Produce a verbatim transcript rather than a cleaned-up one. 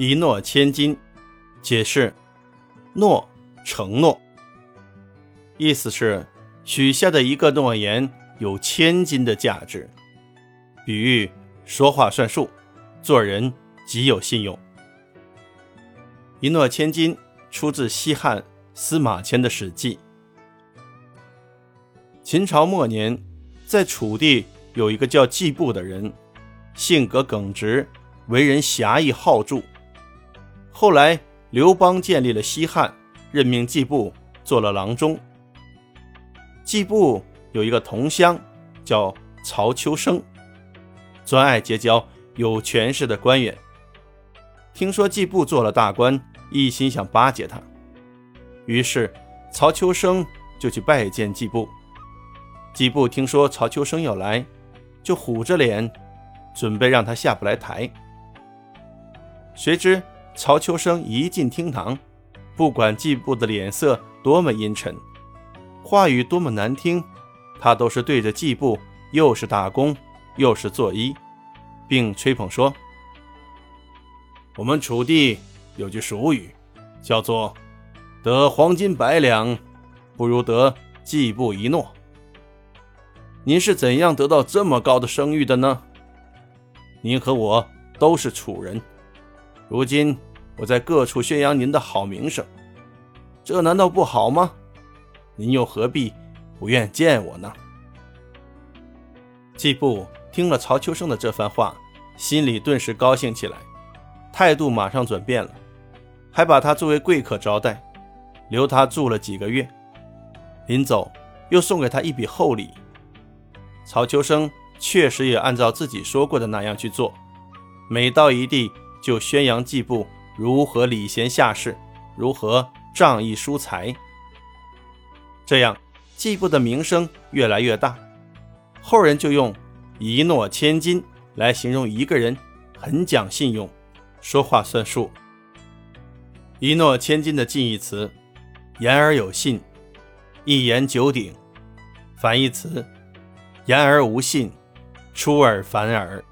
一诺千金。解释：诺，承诺，意思是许下的一个诺言有千金的价值，比喻说话算数，做人极有信用。一诺千金出自西汉司马迁的《史记》。秦朝末年，在楚地有一个叫季布的人，性格耿直，为人侠义好助。后来刘邦建立了西汉，任命季布做了郎中。季布有一个同乡叫曹秋生，专爱结交有权势的官员。听说季布做了大官，一心想巴结他，于是曹秋生就去拜见季布。季布听说曹秋生要来，就虎着脸准备让他下不来台。谁知曹秋生一进厅堂，不管季布的脸色多么阴沉，话语多么难听，他都是对着季布又是打工又是作揖，并吹捧说：我们楚地有句俗语，叫做得黄金百两，不如得季布一诺。您是怎样得到这么高的声誉的呢？您和我都是楚人，如今我在各处宣扬您的好名声，这难道不好吗？您又何必不愿见我呢？季布听了曹秋生的这番话，心里顿时高兴起来，态度马上转变了，还把他作为贵客招待，留他住了几个月。临走又送给他一笔厚礼。曹秋生确实也按照自己说过的那样去做，每到一地就宣扬季布如何礼贤下士，如何仗义疏财。这样季布的名声越来越大，后人就用一诺千金来形容一个人很讲信用，说话算数。一诺千金的近义词言而有信，一言九鼎；反义词言而无信，出尔反尔。